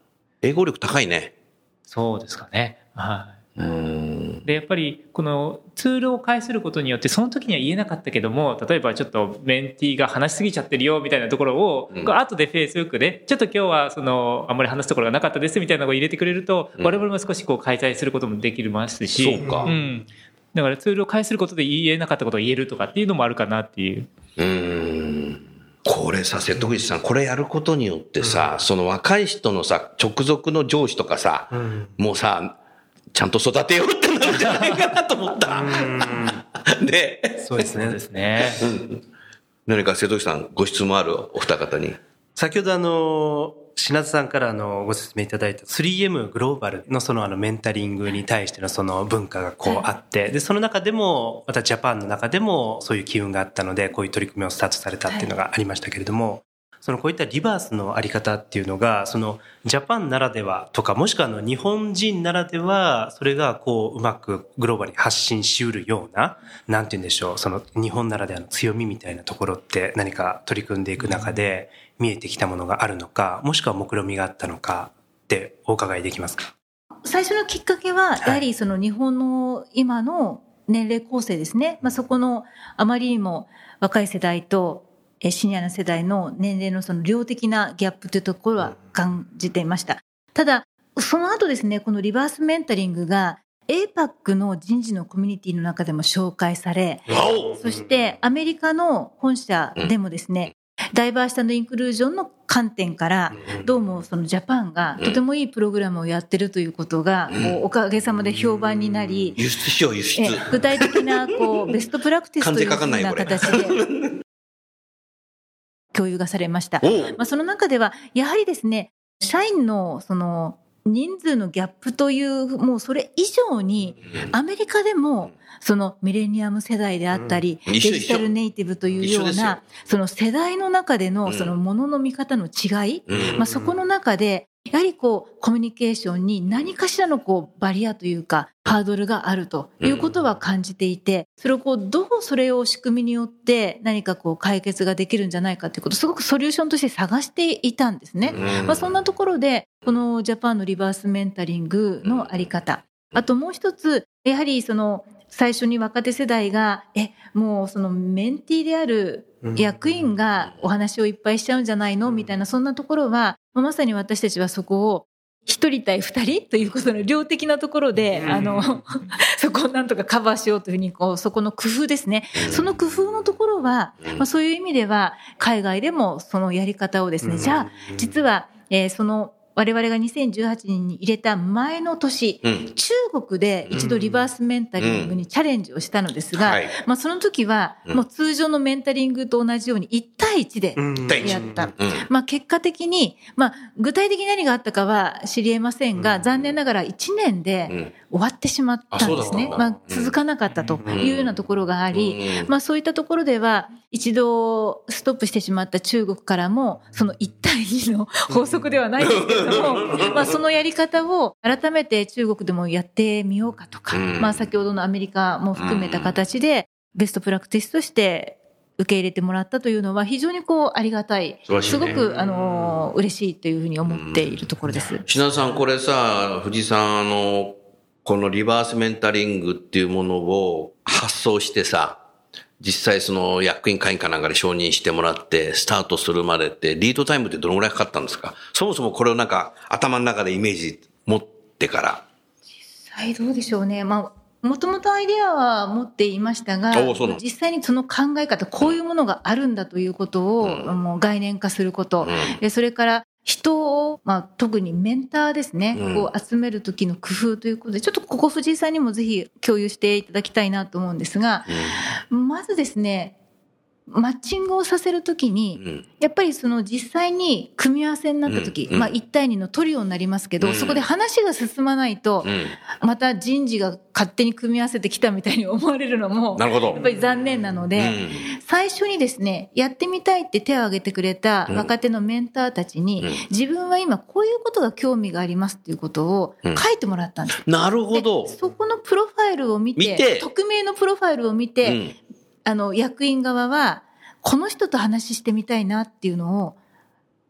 英語力高いね。
そうですかね。はい。でやっぱりこのツールを介することによってその時には言えなかったけども、例えばちょっとメンティーが話しすぎちゃってるよみたいなところを、後で Facebook でちょっと今日はあんまり話すところがなかったですみたいなのを入れてくれると、我々も少し開催することもできますし、
そうか、
だからツールを介することで言えなかったことを言えるとかっていうのもあるかなっていう。
これさ、瀬戸口さん、これやることによってさ、その若い人のさ、直属の上司とかさ、もうさ、ちゃんと育てようってなるんじゃないかなと思った。ね。
そうですね。
そうですね。
何か瀬戸口さん、ご質問あるお二方に。
先ほど品田さんからご説明いただいた 3M グローバルのメンタリングに対してのその文化があって、で、その中でも、またジャパンの中でもそういう機運があったので、こういう取り組みをスタートされたっていうのがありましたけれども、こういったリバースのあり方っていうのが、ジャパンならではとか、もしくは日本人ならでは、それがうまくグローバルに発信しうるような、なんて言うんでしょう、日本ならではの強みみたいなところって何か取り組んでいく中で見えてきたものがあるのか、もしくは目論みがあったのかってお伺いできますか？
最初のきっかけは、やはり日本の今の年齢構成ですね。そこのあまりにも若い世代とシニアの世代の年齢の量的なギャップというところは感じていました。ただ、その後ですね、このリバースメンタリングが APAC の人事のコミュニティの中でも紹介され、そしてアメリカの本社でもですね、ダイバーシティ&インクルージョンの観点からどうもジャパンがとてもいいプログラムをやってるということがもうおかげさまで評判になり、
輸出しよう、輸出。
具体的なベストプラクティスというふうな形で共有がされました。その中ではやはりですね、社員の人数のギャップというもうそれ以上にアメリカでもミレニアム世代であったり、デジタルネイティブというような世代の中でのものの見方の違い、そこの中でやはりコミュニケーションに何かしらのバリアというかハードルがあるということは感じていて、それをどうそれを仕組みによって何か解決ができるんじゃないかということをすごくソリューションとして探していたんですね。そんなところでこのジャパンのリバースメンタリングのあり方、あともう一つやはり最初に若手世代がもうメンティーである役員がお話をいっぱいしちゃうんじゃないのみたいな、そんなところはまさに私たちはそこを一人対二人ということの量的なところでそこをなんとかカバーしようというふうにそこの工夫ですね、その工夫のところは、そういう意味では海外でもそのやり方をですね、じゃあ実は我々が2018年に入れた前の年、中国で一度リバースメンタリングにチャレンジをしたのですが、その時はもう通常のメンタリングと同じように1対1でやった。結果的に、具体的に何があったかは知り得ませんが、残念ながら1年で終わってしまったんですね。続かなかったというようなところがあり、そういったところでは一度ストップしてしまった中国からもその1対2の法則ではないんですけれども、そのやり方を改めて中国でもやってみようかとか、先ほどのアメリカも含めた形でベストプラクティスとして受け入れてもらったというのは非常にありがたい、すごく嬉しいというふうに思っているところです。
品田さん、これさ、藤井さんこのリバースメンタリングっていうものを発想してさ、実際役員会員かなんかで承認してもらってスタートするまでってリードタイムってどのぐらいかかったんですか？そもそもこれを頭の中でイメージ持ってから。
実際どうでしょうね。もともとアイデアは持っていましたが、実際にその考え方、こういうものがあるんだということをもう概念化すること、それから人を、特にメンターですね、集める時の工夫ということで、ちょっとここ藤井さんにもぜひ共有していただきたいなと思うんですが、まずですね、マッチングをさせるときに、やっぱり実際に組み合わせになったとき、1対2のトリオになりますけど、そこで話が進まないと、また人事が勝手に組み合わせてきたみたいに思われるのも、やっぱり残念なので、最初にですね、やってみたいって手を挙げてくれた若手のメンターたちに、自分は今こういうことが興味がありますっていうことを書いてもらったんです。
なるほど。
そこのプロファイルを見て、匿名のプロファイルを見て、役員側はこの人と話してみたいなっていうのを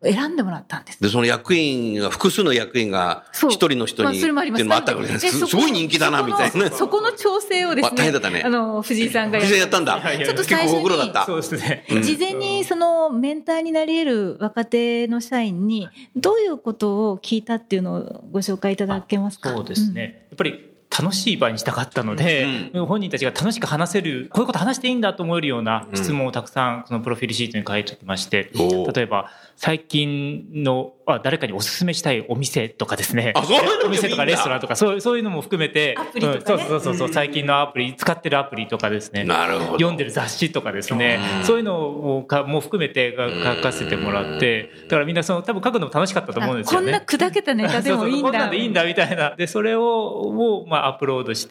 選んでもらったんです。
で、その役員が、複数の役員が一人の人に、
それもあります。
っていうのもあったからね、すごい人気だな、みたいな。
そこの調整をですね、
大変だったね。
藤井さんが
やったんだ。
ちょっと最初に、
結構ご苦労だった。
そうですね。
事前にそのメンターになり得る若手の社員に、どういうことを聞いたっていうのをご紹介いただけますか。
そうですね。やっぱり、楽しい場にしたかったので、本人たちが楽しく話せる、こういうこと話していいんだと思えるような質問をたくさんそのプロフィールシートに書いておきまして、例えば最近の誰かにおすすめしたいお店とかですね、お店とかレストランとかそういうのも含めて、
アプリとかね、
そう最近のアプリ使ってるアプリとかですね、読んでる雑誌とかですね、そういうのをも含めて書かせてもらって、だからみんな多分書くのも楽しかったと思うんですよね。
こんな砕けたネタでもいいんだ。
こんなんでいいんだみたいな。でそれをアップロードして、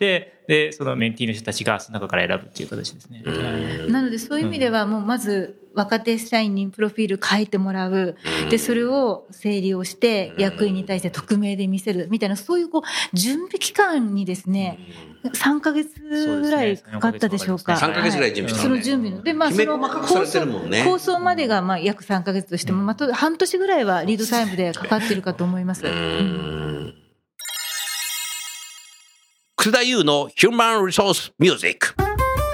でそのメンティーの人たちがその中から選ぶっていう形ですね。
なのでそういう意味ではもうまず若手社員にプロフィール書いてもらう。でそれを整理をして役員に対して匿名で見せるみたいな、そういう準備期間にですね、3ヶ月ぐらいかかったでしょうか。
3ヶ月ぐらい準備したのね。
その準備のでその構想までが約3ヶ月としても、半年ぐらいはリードタイムでかかっているかと思います。
楠田優のヒューマンリソースミュージック。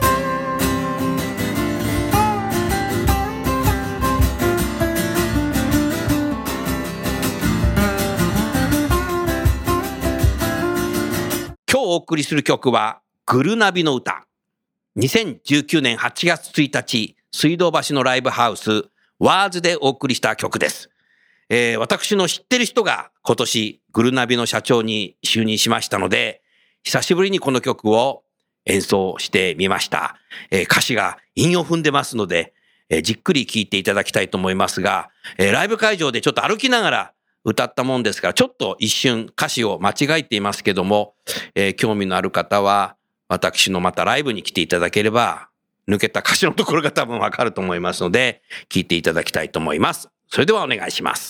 今日お送りする曲はグルナビの歌。2019年8月1日水道橋のライブハウスワーズでお送りした曲です。私の知ってる人が今年グルナビの社長に就任しましたので、久しぶりにこの曲を演奏してみました。歌詞が韻を踏んでますので、じっくり聴いていただきたいと思いますが、ライブ会場でちょっと歩きながら歌ったもんですから、ちょっと一瞬歌詞を間違えていますけども、興味のある方は私のまたライブに来ていただければ、抜けた歌詞のところが多分わかると思いますので、聴いていただきたいと思います。それではお願いします。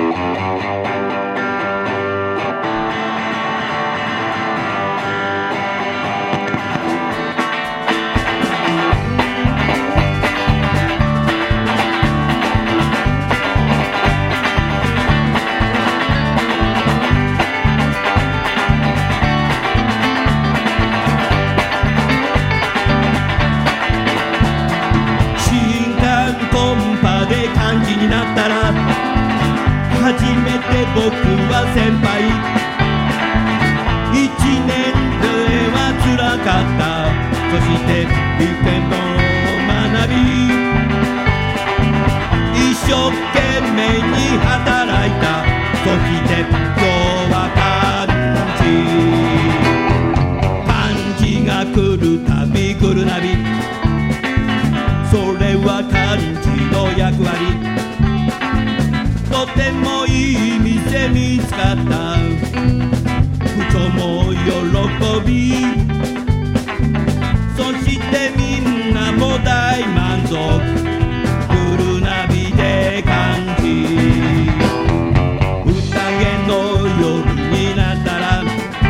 になったら初めて僕は先輩、一年生は辛かった。そしてビュケンの学び、一生懸命に働いた。そして今日は漢字が来るたび来るなび、それは漢字の役割。とてもいい店見つかった。ふとも喜び、そしてみんなも大満足。グルナビで漢字、宴の夜になったら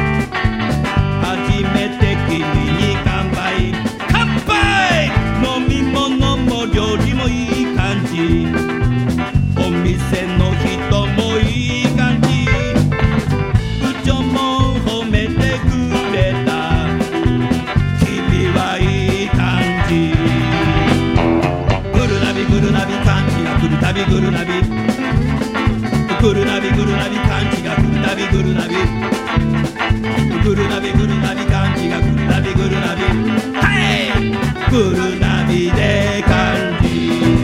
初めて君に乾杯。乾杯！飲み物も料理もいい感じ、お店の人もいい感じ、部長も褒めてくれた。君はいい感じ。グルナビグルナビ漢字が来るたびグルナビ、グルナビグルナビ漢字が来るたびグルナビ、グルナビグルナビ漢字が来るたびグルナビ、はい、グルナビで漢字。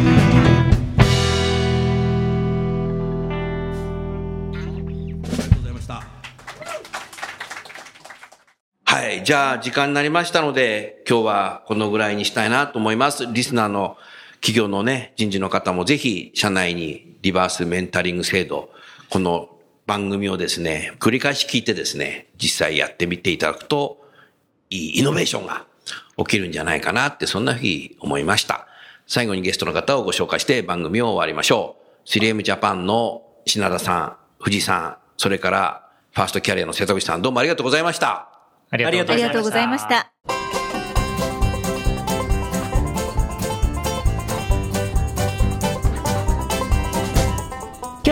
はい。じゃあ、時間になりましたので、今日はこのぐらいにしたいなと思います。リスナーの企業のね、人事の方もぜひ、社内にリバースメンタリング制度、この番組をですね、繰り返し聞いてですね、実際やってみていただくと、いいイノベーションが起きるんじゃないかなって、そんなふうに思いました。最後にゲストの方をご紹介して番組を終わりましょう。3M ジャパンの品田さん、藤井さん、それからファーストキャリアの瀬戸口さん、どうもありがとうございました。
ありがとうございました。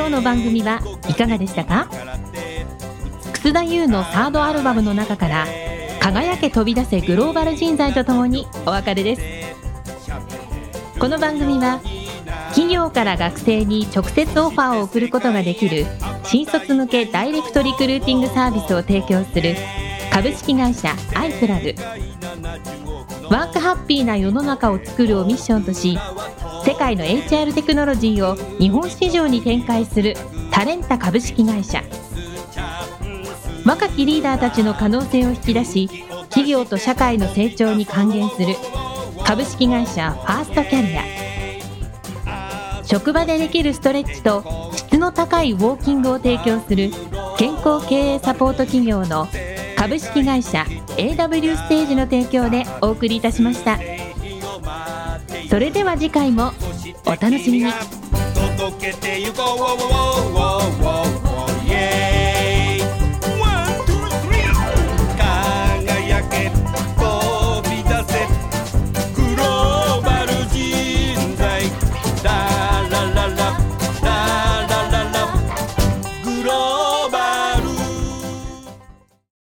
日の番組はいかがでしたか？楠田優のサードアルバムの中から輝け飛び出せグローバル人材とともにお別れです。この番組は企業から学生に直接オファーを送ることができる新卒向けダイレクトリクルーティングサービスを提供する株式会社アイプラグ、ワークハッピーな世の中を作るをミッションとし、世界の HR テクノロジーを日本市場に展開するタレンタ株式会社、若きリーダーたちの可能性を引き出し、企業と社会の成長に還元する株式会社ファーストキャリア、職場でできるストレッチと質の高いウォーキングを提供する健康経営サポート企業の株式会社 AW ステージの提供でお送りいたしました。それでは次回もお楽しみに。届けてゆこう